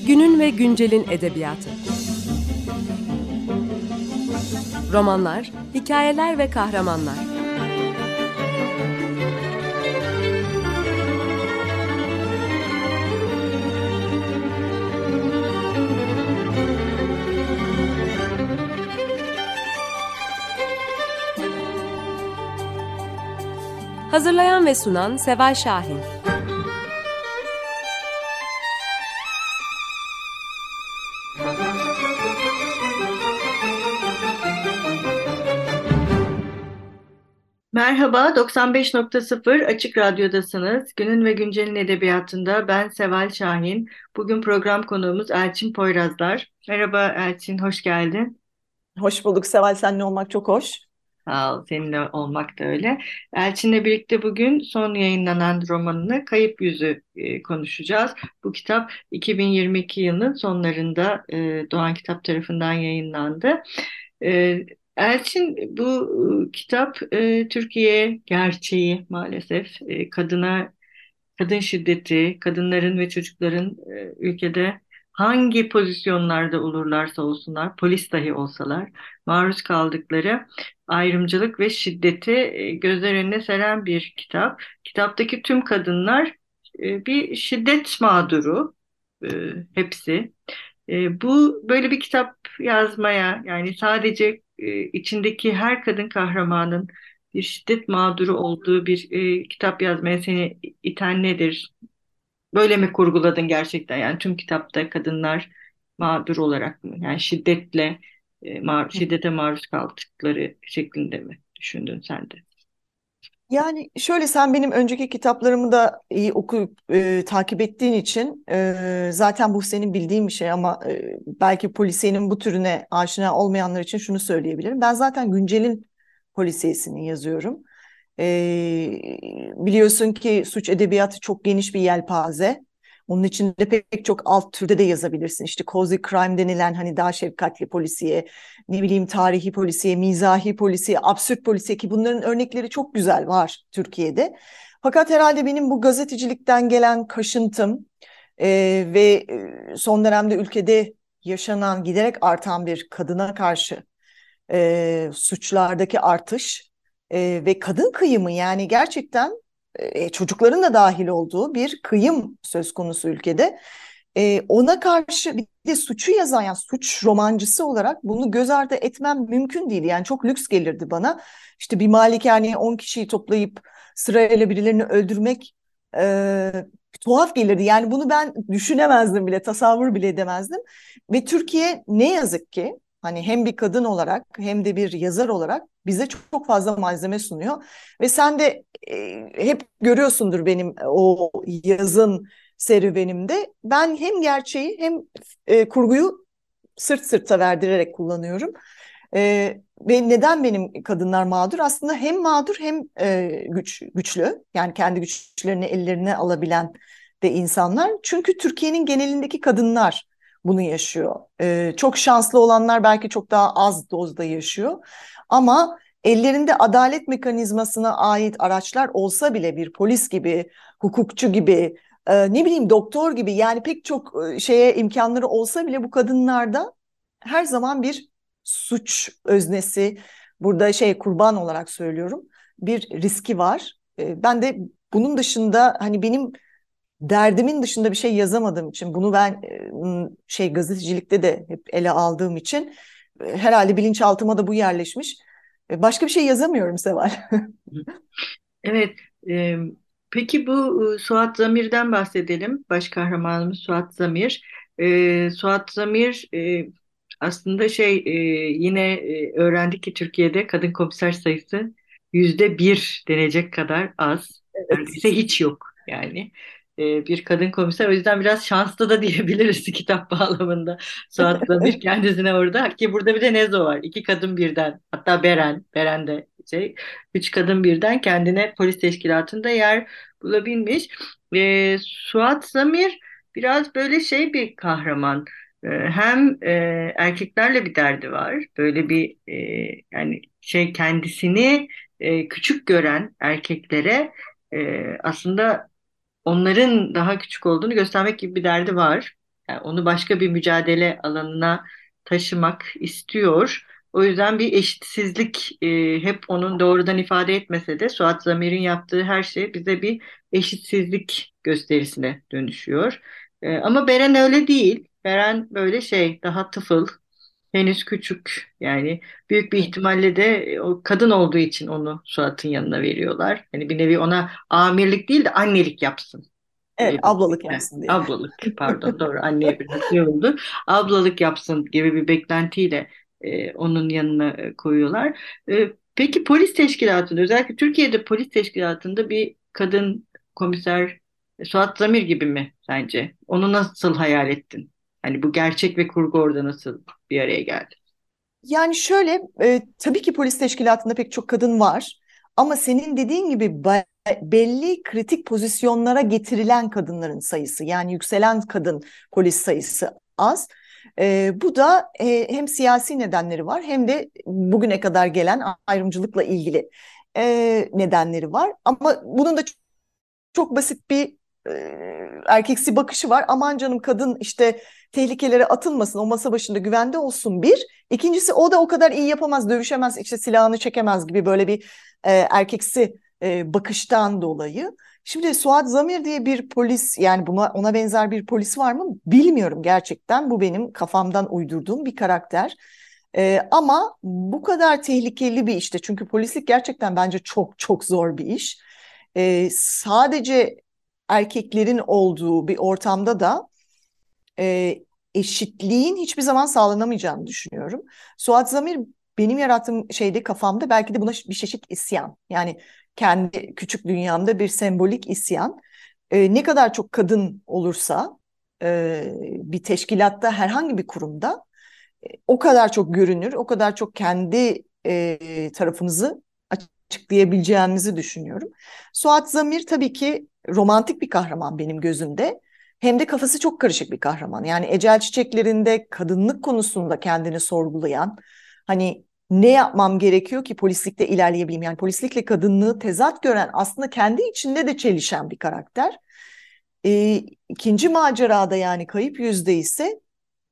Günün ve güncelin edebiyatı. Romanlar, hikayeler ve kahramanlar. Hazırlayan ve sunan Seval Şahin. Merhaba, 95.0 Açık Radyo'dasınız. Günün ve Güncel'in edebiyatında ben Seval Şahin. Bugün program konuğumuz Elçin Poyrazlar. Merhaba Elçin, hoş geldin. Hoş bulduk Seval, seninle olmak çok hoş. Sağ ol, seninle olmak da öyle. Elçin'le birlikte bugün son yayınlanan romanını Kayıp Yüzü konuşacağız. Bu kitap 2022 yılının sonlarında Doğan Kitap tarafından yayınlandı. E, Elçin, bu kitap Türkiye gerçeği maalesef kadın şiddeti, kadınların ve çocukların ülkede hangi pozisyonlarda olurlarsa olsunlar, polis dahi olsalar, maruz kaldıkları ayrımcılık ve şiddeti gözler önüne seren bir kitap. Kitaptaki tüm kadınlar bir şiddet mağduru, e, hepsi. Bu böyle bir kitap yazmaya, yani sadece içindeki her kadın kahramanın bir şiddet mağduru olduğu bir kitap yazmaya seni iten nedir? Böyle mi kurguladın gerçekten? Yani tüm kitapta kadınlar mağdur olarak mı? Yani şiddete maruz kaldıkları şeklinde mi düşündün sen de? Yani şöyle, sen benim önceki kitaplarımı da iyi okuyup takip ettiğin için zaten bu senin bildiğin bir şey ama belki polisiyenin bu türüne aşina olmayanlar için şunu söyleyebilirim. Ben zaten güncelin polisiyesini yazıyorum. Biliyorsun ki suç edebiyatı çok geniş bir yelpaze. Onun içinde pek çok alt türde de yazabilirsin. İşte cozy crime denilen hani daha şefkatli polisiye, ne bileyim tarihi polisiye, mizahi polisiye, absürt polisiye ki bunların örnekleri çok güzel var Türkiye'de. Fakat herhalde benim bu gazetecilikten gelen kaşıntım ve son dönemde ülkede yaşanan giderek artan bir kadına karşı suçlardaki artış ve kadın kıyımı, yani gerçekten çocukların da dahil olduğu bir kıyım söz konusu ülkede. Ona karşı bir de suçu yazan, yani suç romancısı olarak bunu göz ardı etmem mümkün değil. Yani çok lüks gelirdi bana. İşte bir malikaneye 10 kişiyi toplayıp sırayla birilerini öldürmek tuhaf gelirdi. Yani bunu ben düşünemezdim bile, tasavvur bile edemezdim. Ve Türkiye ne yazık ki hani hem bir kadın olarak hem de bir yazar olarak bize çok fazla malzeme sunuyor. Ve sen de hep görüyorsundur benim o yazın serüvenimde. Ben hem gerçeği hem kurguyu sırt sırta verdirerek kullanıyorum. Ve neden benim kadınlar mağdur? Aslında hem mağdur hem güçlü. Yani kendi güçlerini ellerine alabilen de insanlar. Çünkü Türkiye'nin genelindeki kadınlar bunu yaşıyor. Çok şanslı olanlar belki çok daha az dozda yaşıyor. Ama ellerinde adalet mekanizmasına ait araçlar olsa bile, bir polis gibi, hukukçu gibi, ne bileyim doktor gibi, yani pek çok şeye imkanları olsa bile bu kadınlarda her zaman bir suç öznesi, burada kurban olarak söylüyorum, bir riski var. Ben de bunun dışında hani benim derdimin dışında bir şey yazamadığım için, bunu ben gazetecilikte de hep ele aldığım için herhalde bilinçaltıma da bu yerleşmiş. Başka bir şey yazamıyorum Seval. Evet, e, peki bu Suat Zamir'den bahsedelim. Baş kahramanımız Suat Zamir. Suat Zamir aslında yine öğrendik ki Türkiye'de kadın komiser sayısı %1 denecek kadar az. Evet. Neredeyse hiç yok yani. Bir kadın komiser, o yüzden biraz şanslı da diyebiliriz kitap bağlamında. Suat Zamir kendisine orada, ki burada bir de Nezo var. İki kadın birden, hatta Beren de üç kadın birden kendine polis teşkilatında yer bulabilmiş. Suat Zamir biraz böyle bir kahraman. Hem erkeklerle bir derdi var. Böyle bir yani kendisini küçük gören erkeklere aslında onların daha küçük olduğunu göstermek gibi bir derdi var. Yani onu başka bir mücadele alanına taşımak istiyor. O yüzden bir eşitsizlik hep onun doğrudan ifade etmese de Suat Zamir'in yaptığı her şey bize bir eşitsizlik gösterisine dönüşüyor. Ama Beren öyle değil. Beren böyle şey daha tıfıl, henüz küçük yani büyük bir ihtimalle de o kadın olduğu için onu Suat'ın yanına veriyorlar. Hani bir nevi ona amirlik değil de annelik yapsın. Evet, Gibi bir ablalık beklenti. yapsın diye. Ablalık pardon doğru anneye biraz şey oldu. Ablalık yapsın gibi bir beklentiyle onun yanına koyuyorlar. Peki polis teşkilatında özellikle Türkiye'de polis teşkilatında bir kadın komiser Suat Zamir gibi mi sence? Onu nasıl hayal ettin? Hani bu gerçek ve kurgu orada nasıl bir araya geldi? Yani şöyle, tabii ki polis teşkilatında pek çok kadın var. Ama senin dediğin gibi belli kritik pozisyonlara getirilen kadınların sayısı, yani yükselen kadın polis sayısı az. Bu da hem siyasi nedenleri var hem de bugüne kadar gelen ayrımcılıkla ilgili nedenleri var. Ama bunun da çok basit bir erkeksi bakışı var. Aman canım, kadın işte tehlikelere atılmasın, o masa başında güvende olsun bir. İkincisi, o da o kadar iyi yapamaz, dövüşemez, işte silahını çekemez gibi böyle bir erkeksi bakıştan dolayı. Şimdi Suat Zamir diye bir polis, yani ona benzer bir polis var mı bilmiyorum gerçekten. Bu benim kafamdan uydurduğum bir karakter. Ama bu kadar tehlikeli bir işte, çünkü polislik gerçekten bence çok çok zor bir iş. Sadece erkeklerin olduğu bir ortamda da e, eşitliğin hiçbir zaman sağlanamayacağını düşünüyorum. Suat Zamir benim yarattığım şeyde, kafamda belki de buna bir çeşit isyan. Yani kendi küçük dünyamda bir sembolik isyan. Ne kadar çok kadın olursa bir teşkilatta, herhangi bir kurumda o kadar çok görünür, o kadar çok kendi tarafımızı açıklayabileceğimizi düşünüyorum. Suat Zamir tabii ki romantik bir kahraman benim gözümde. Hem de kafası çok karışık bir kahraman. Yani Ecel Çiçekleri'nde kadınlık konusunda kendini sorgulayan, hani ne yapmam gerekiyor ki polislikte ilerleyebileyim? Yani polislikle kadınlığı tezat gören, aslında kendi içinde de çelişen bir karakter. İkinci macerada, yani Kayıp Yüz'de ise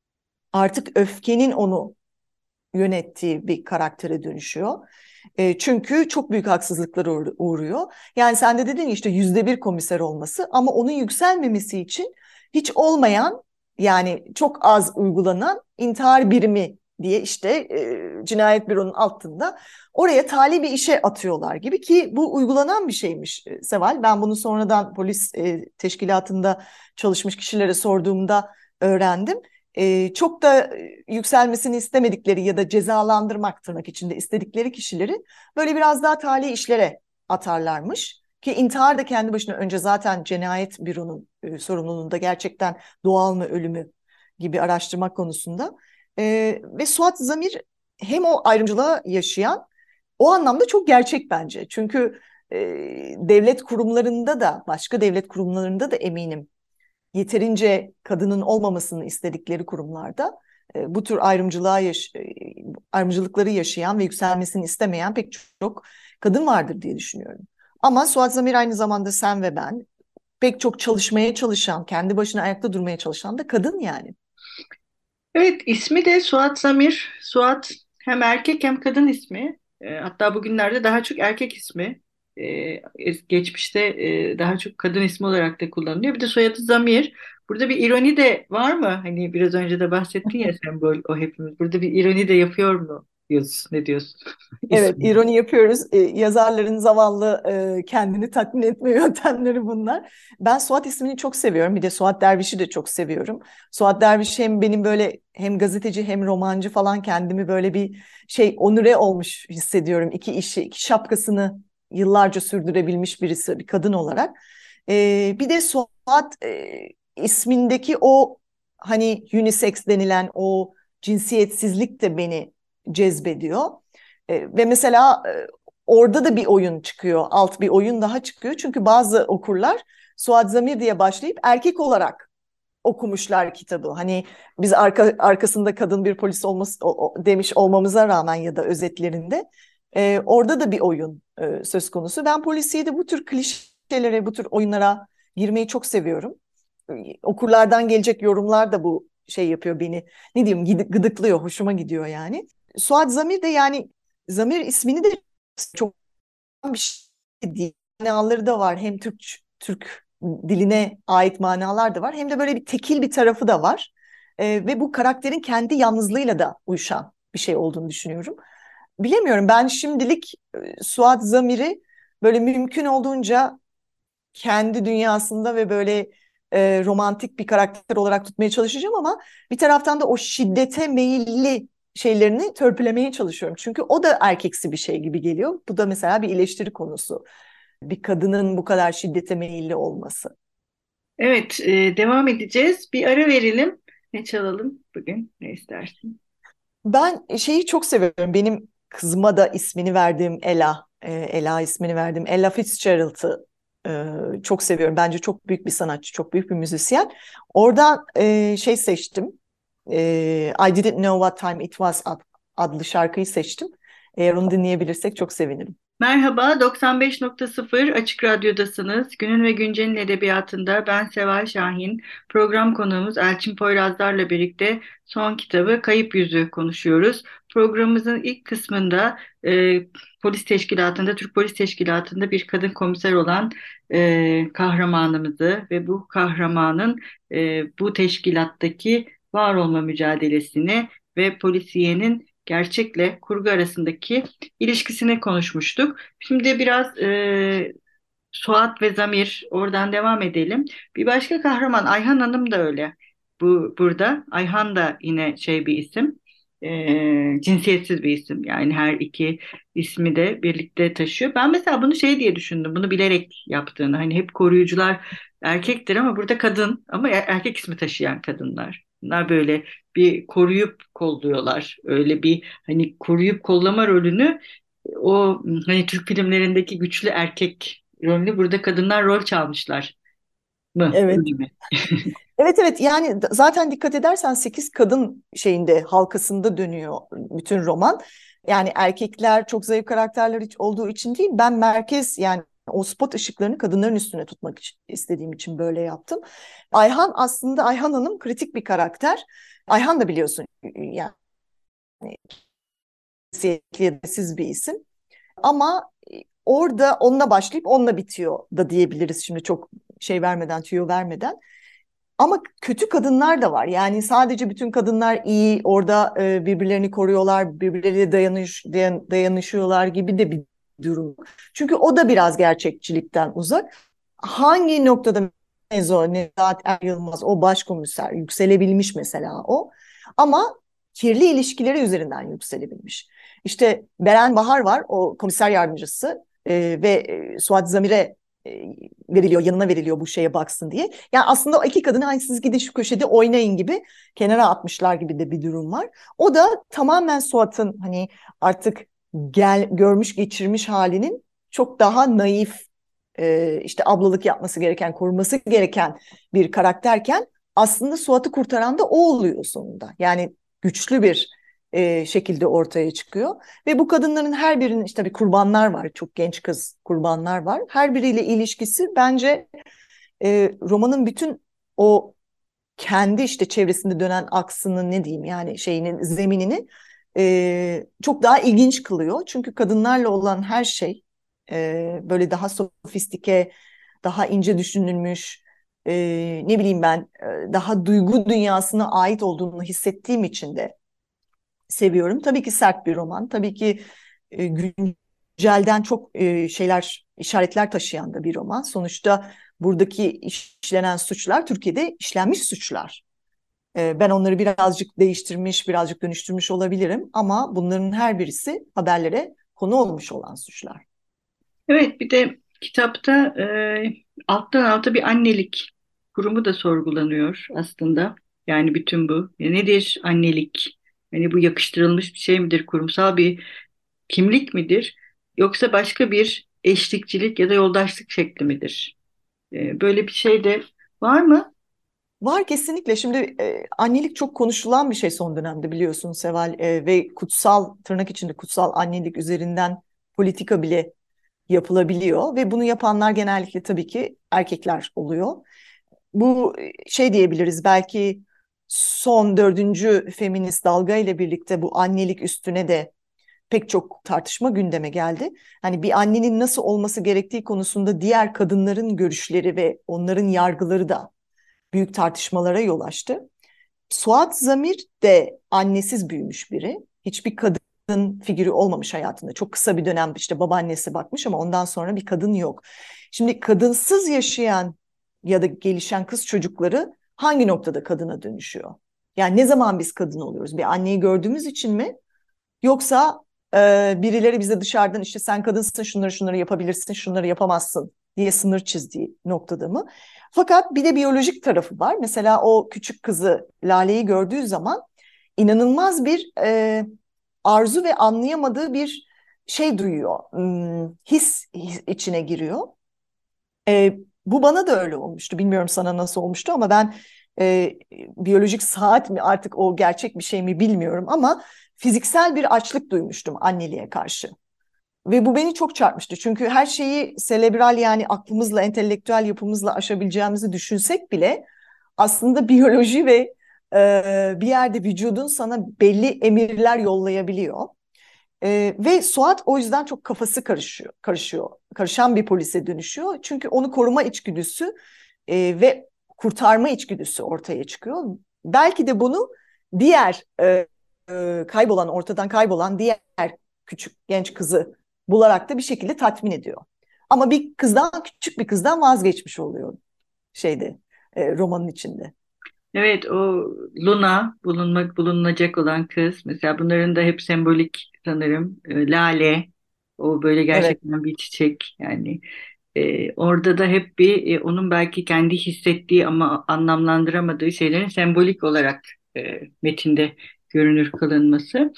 artık öfkenin onu yönettiği bir karaktere dönüşüyor. Çünkü çok büyük haksızlıklara uğruyor. Yani sen de dedin ya, işte %1 komiser olması, ama onun yükselmemesi için hiç olmayan, yani çok az uygulanan intihar birimi diye, işte cinayet büronun altında oraya tali bir işe atıyorlar gibi, ki bu uygulanan bir şeymiş Seval. Ben bunu sonradan polis teşkilatında çalışmış kişilere sorduğumda öğrendim. Çok da yükselmesini istemedikleri ya da cezalandırmak, tırnak içinde, istedikleri kişileri böyle biraz daha tali işlere atarlarmış. Ki intihar da kendi başına, önce zaten cinayet büronun sorumluluğunda, gerçekten doğal mı ölümü gibi araştırmak konusunda. Ve Suat Zamir hem o ayrımcılığa yaşayan, o anlamda çok gerçek bence. Çünkü devlet kurumlarında da, başka devlet kurumlarında da eminim yeterince kadının olmamasını istedikleri kurumlarda bu tür ayrımcılıkları yaşayan ve yükselmesini istemeyen pek çok kadın vardır diye düşünüyorum. Ama Suat Zamir aynı zamanda sen ve ben, pek çok çalışmaya çalışan, kendi başına ayakta durmaya çalışan da kadın yani. Evet, ismi de Suat Zamir. Suat hem erkek hem kadın ismi. Hatta bugünlerde daha çok erkek ismi. Geçmişte daha çok kadın ismi olarak da kullanılıyor. Bir de soyadı Zamir. Burada bir ironi de var mı? Hani biraz önce de bahsettin ya, sembol o hepimiz. Burada bir ironi de yapıyor muyuz? Ne diyorsun? Evet, İsmi. ironi yapıyoruz. Yazarların zavallı kendini tatmin etme yöntemleri bunlar. Ben Suat ismini çok seviyorum. Bir de Suat Derviş'i de çok seviyorum. Suat Derviş hem benim böyle, hem gazeteci hem romancı falan, kendimi böyle bir şey, onure olmuş hissediyorum. İki işi, iki şapkasını yıllarca sürdürebilmiş birisi, bir kadın olarak. Bir de Suat ismindeki o, hani unisex denilen o cinsiyetsizlik de beni cezbediyor. Ve mesela orada da bir oyun çıkıyor, alt bir oyun daha çıkıyor. Çünkü bazı okurlar Suat Zamir diye başlayıp erkek olarak okumuşlar kitabı. Hani biz arkasında kadın bir polis olması demiş olmamıza rağmen, ya da özetlerinde orada da bir oyun söz konusu. Ben polisiye de bu tür klişelere, bu tür oyunlara girmeyi çok seviyorum. okurlardan gelecek yorumlar da bu şey yapıyor beni. Ne diyeyim, gıdıklıyor, hoşuma gidiyor yani. Suat Zamir de yani Zamir ismini de çok bir şey değil. Manaları da var. Hem Türk diline ait manalar da var. Hem de böyle bir tekil bir tarafı da var. Ve bu karakterin kendi yalnızlığıyla da uyuşan bir şey olduğunu düşünüyorum. Bilemiyorum, ben şimdilik Suat Zamir'i böyle mümkün olduğunca kendi dünyasında ve böyle romantik bir karakter olarak tutmaya çalışacağım ama bir taraftan da o şiddete meyilli şeylerini törpülemeye çalışıyorum. Çünkü o da erkeksi bir şey gibi geliyor. Bu da mesela bir eleştiri konusu. Bir kadının bu kadar şiddete meyilli olması. Evet, devam edeceğiz. Bir ara verelim. Ne çalalım bugün? Ne istersin? Ben şeyi çok seviyorum. Benim kızıma da ismini verdiğim Ella ismini verdiğim Ella Fitzgerald'ı çok seviyorum. Bence çok büyük bir sanatçı, çok büyük bir müzisyen. Oradan şey seçtim. I Didn't Know What Time It Was adlı şarkıyı seçtim. Eğer onu dinleyebilirsek çok sevinirim. Merhaba, 95.0 Açık Radyo'dasınız. Günün ve Güncel'in edebiyatında ben Seval Şahin. Program konuğumuz Elçin Poyrazlar'la birlikte son kitabı Kayıp Yüzü konuşuyoruz. Programımızın ilk kısmında polis teşkilatında, Türk Polis Teşkilatı'nda bir kadın komiser olan kahramanımızı ve bu kahramanın bu teşkilattaki var olma mücadelesini ve polisiyenin gerçekle kurgu arasındaki ilişkisini konuşmuştuk. Şimdi biraz Suat ve Zamir, oradan devam edelim. Bir başka kahraman Ayhan Hanım da öyle. Burada Ayhan da yine şey bir isim. Cinsiyetsiz bir isim. Yani her iki ismi de birlikte taşıyor. Ben mesela bunu şey diye düşündüm. Bunu bilerek yaptığını. Hani hep koruyucular erkektir ama burada kadın ama erkek ismi taşıyan kadınlar. Bunlar böyle bir koruyup kolluyorlar. Öyle bir hani koruyup kollama rolünü, o hani Türk filmlerindeki güçlü erkek rolünü burada kadınlar rol çalmışlar mı? Evet. Öyle mi? Evet, yani zaten dikkat edersen 8 kadın şeyinde halkasında dönüyor bütün roman. Yani erkekler çok zayıf karakterler hiç olduğu için değil, ben merkez yani o spot ışıklarını kadınların üstüne tutmak için, istediğim için böyle yaptım. Ayhan Hanım kritik bir karakter. Ayhan da biliyorsun yani siz bir isim ama orada onunla başlayıp onunla bitiyor da diyebiliriz şimdi, çok şey vermeden, tüyo vermeden. Ama kötü kadınlar da var. Yani sadece bütün kadınlar iyi, orada birbirlerini koruyorlar, birbirleriyle dayanışıyorlar gibi de bir durum. Çünkü o da biraz gerçekçilikten uzak. Hangi noktada Nezahat Er Yılmaz, o başkomiser yükselebilmiş mesela o. Ama kirli ilişkileri üzerinden yükselebilmiş. İşte Beren Bahar var, o komiser yardımcısı ve Suat Zamir'e yanına veriliyor bu şeye baksın diye. Yani aslında o iki kadını hani siz gidin şu köşede oynayın gibi kenara atmışlar gibi de bir durum var. O da tamamen Suat'ın hani artık görmüş geçirmiş halinin çok daha naif, işte ablalık yapması gereken, koruması gereken bir karakterken aslında Suat'ı kurtaran da o oluyor sonunda. Yani güçlü bir şekilde ortaya çıkıyor. Ve bu kadınların her birinin işte bir kurbanlar var. Çok genç kız kurbanlar var. Her biriyle ilişkisi bence romanın bütün o kendi işte çevresinde dönen aksını, ne diyeyim yani şeyinin zeminini çok daha ilginç kılıyor. Çünkü kadınlarla olan her şey böyle daha sofistike, daha ince düşünülmüş, ne bileyim ben, daha duygu dünyasına ait olduğunu hissettiğim için de seviyorum. Tabii ki sert bir roman. Tabii ki güncelden çok işaretler taşıyan da bir roman. Sonuçta buradaki işlenen suçlar Türkiye'de işlenmiş suçlar. Ben onları birazcık değiştirmiş, birazcık dönüştürmüş olabilirim ama bunların her birisi haberlere konu olmuş olan suçlar. Evet, bir de kitapta alttan alta bir annelik kurumu da sorgulanıyor aslında. Yani bütün bu nedir annelik? Hani bu yakıştırılmış bir şey midir? Kurumsal bir kimlik midir? Yoksa başka bir eşlikçilik ya da yoldaşlık şekli midir? Böyle bir şey de var mı? Var kesinlikle. Şimdi annelik çok konuşulan bir şey son dönemde, biliyorsun Seval, ve kutsal, tırnak içinde kutsal annelik üzerinden politika bile yapılabiliyor ve bunu yapanlar genellikle tabii ki erkekler oluyor. Bu şey diyebiliriz belki, son dördüncü feminist dalga ile birlikte bu annelik üstüne de pek çok tartışma gündeme geldi. Hani bir annenin nasıl olması gerektiği konusunda diğer kadınların görüşleri ve onların yargıları da büyük tartışmalara yol açtı. Suat Zamir de annesiz büyümüş biri. Hiçbir kadın figürü olmamış hayatında. Çok kısa bir dönem işte babaannesi bakmış ama ondan sonra bir kadın yok. Şimdi kadınsız yaşayan ya da gelişen kız çocukları hangi noktada kadına dönüşüyor? Yani ne zaman biz kadın oluyoruz? Bir anneyi gördüğümüz için mi? Yoksa birileri bize dışarıdan işte sen kadınsın, şunları yapabilirsin, şunları yapamazsın diye sınır çizdiği noktada mı? Fakat bir de biyolojik tarafı var. Mesela o küçük kızı Lale'yi gördüğü zaman inanılmaz bir arzu ve anlayamadığı bir şey duyuyor. His içine giriyor. Bu bana da öyle olmuştu. Bilmiyorum sana nasıl olmuştu ama ben biyolojik saat mi artık o gerçek bir şey mi bilmiyorum ama fiziksel bir açlık duymuştum anneliğe karşı. Ve bu beni çok çarpmıştı. Çünkü her şeyi selebral yani aklımızla, entelektüel yapımızla aşabileceğimizi düşünsek bile aslında biyoloji ve bir yerde vücudun sana belli emirler yollayabiliyor. Ve Suat o yüzden çok kafası karışan bir polise dönüşüyor. Çünkü onu koruma içgüdüsü ve kurtarma içgüdüsü ortaya çıkıyor. Belki de bunu diğer ortadan kaybolan diğer küçük genç kızı bularak da bir şekilde tatmin ediyor. Ama küçük bir kızdan vazgeçmiş oluyor romanın içinde. Evet, o Luna bulunacak olan kız. Mesela bunların da hep sembolik sanırım. Lale, o böyle Evet. gerçekten bir çiçek yani. Orada da hep onun belki kendi hissettiği ama anlamlandıramadığı şeylerin sembolik olarak metinde görünür kılınması.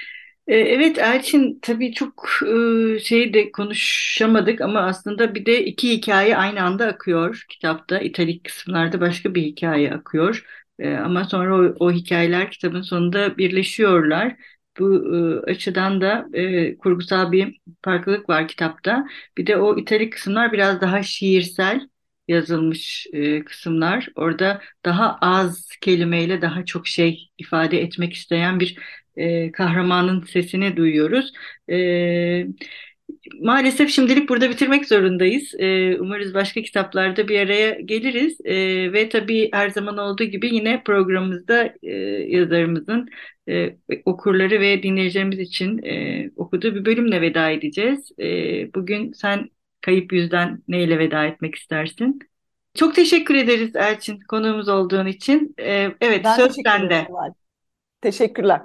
Evet Elçin, tabii çok şey de konuşamadık ama aslında bir de iki hikaye aynı anda akıyor kitapta. İtalik kısımlarda başka bir hikaye akıyor. Ama sonra o hikayeler kitabın sonunda birleşiyorlar. Bu açıdan da kurgusal bir farklılık var kitapta. Bir de o italik kısımlar biraz daha şiirsel yazılmış kısımlar. Orada daha az kelimeyle daha çok şey ifade etmek isteyen bir kahramanın sesini duyuyoruz. E, Maalesef şimdilik burada bitirmek zorundayız. Umarız başka kitaplarda bir araya geliriz. Ve tabii her zaman olduğu gibi yine programımızda yazarımızın okurları ve dinleyicilerimiz için okuduğu bir bölümle veda edeceğiz. Bugün sen Kayıp Yüz'den neyle veda etmek istersin? Çok teşekkür ederiz Elçin, konuğumuz olduğun için. Evet, Ben söz teşekkür ederim sende. Seval. Teşekkürler.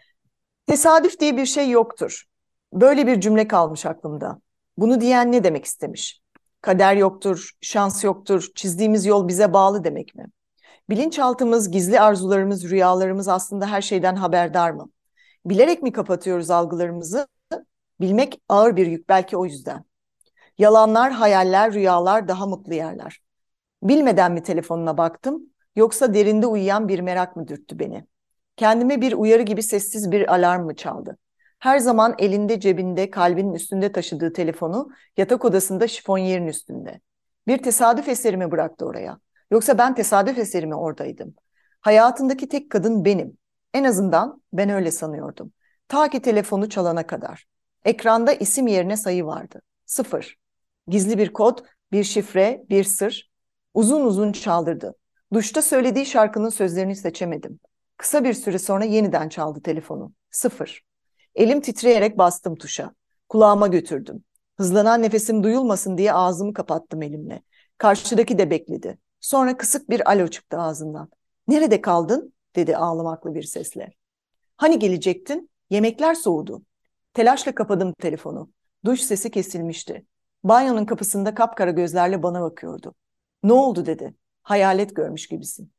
Tesadüf diye bir şey yoktur. Böyle bir cümle kalmış aklımda. Bunu diyen ne demek istemiş? Kader yoktur, şans yoktur, çizdiğimiz yol bize bağlı demek mi? Bilinçaltımız, gizli arzularımız, rüyalarımız aslında her şeyden haberdar mı? Bilerek mi kapatıyoruz algılarımızı? Bilmek ağır bir yük belki o yüzden. Yalanlar, hayaller, rüyalar daha mutlu yerler. Bilmeden mi telefonuna baktım, yoksa derinde uyuyan bir merak mı dürttü beni? Kendime bir uyarı gibi sessiz bir alarm mı çaldı? Her zaman elinde, cebinde, kalbinin üstünde taşıdığı telefonu yatak odasında şifonyerin üstünde. Bir tesadüf eseri mi bıraktı oraya? Yoksa ben tesadüf eseri mi oradaydım? Hayatındaki tek kadın benim. En azından ben öyle sanıyordum. Ta ki telefonu çalana kadar. Ekranda isim yerine sayı vardı. 0. Gizli bir kod, bir şifre, bir sır. Uzun uzun çaldırdı. Duşta söylediği şarkının sözlerini seçemedim. Kısa bir süre sonra yeniden çaldı telefonu. 0. Elim titreyerek bastım tuşa. Kulağıma götürdüm. Hızlanan nefesim duyulmasın diye ağzımı kapattım elimle. Karşıdaki de bekledi. Sonra kısık bir alo çıktı ağzından. Nerede kaldın? Dedi ağlamaklı bir sesle. Hani gelecektin? Yemekler soğudu. Telaşla kapadım telefonu. Duş sesi kesilmişti. Banyonun kapısında kapkara gözlerle bana bakıyordu. Ne oldu dedi. Hayalet görmüş gibisin.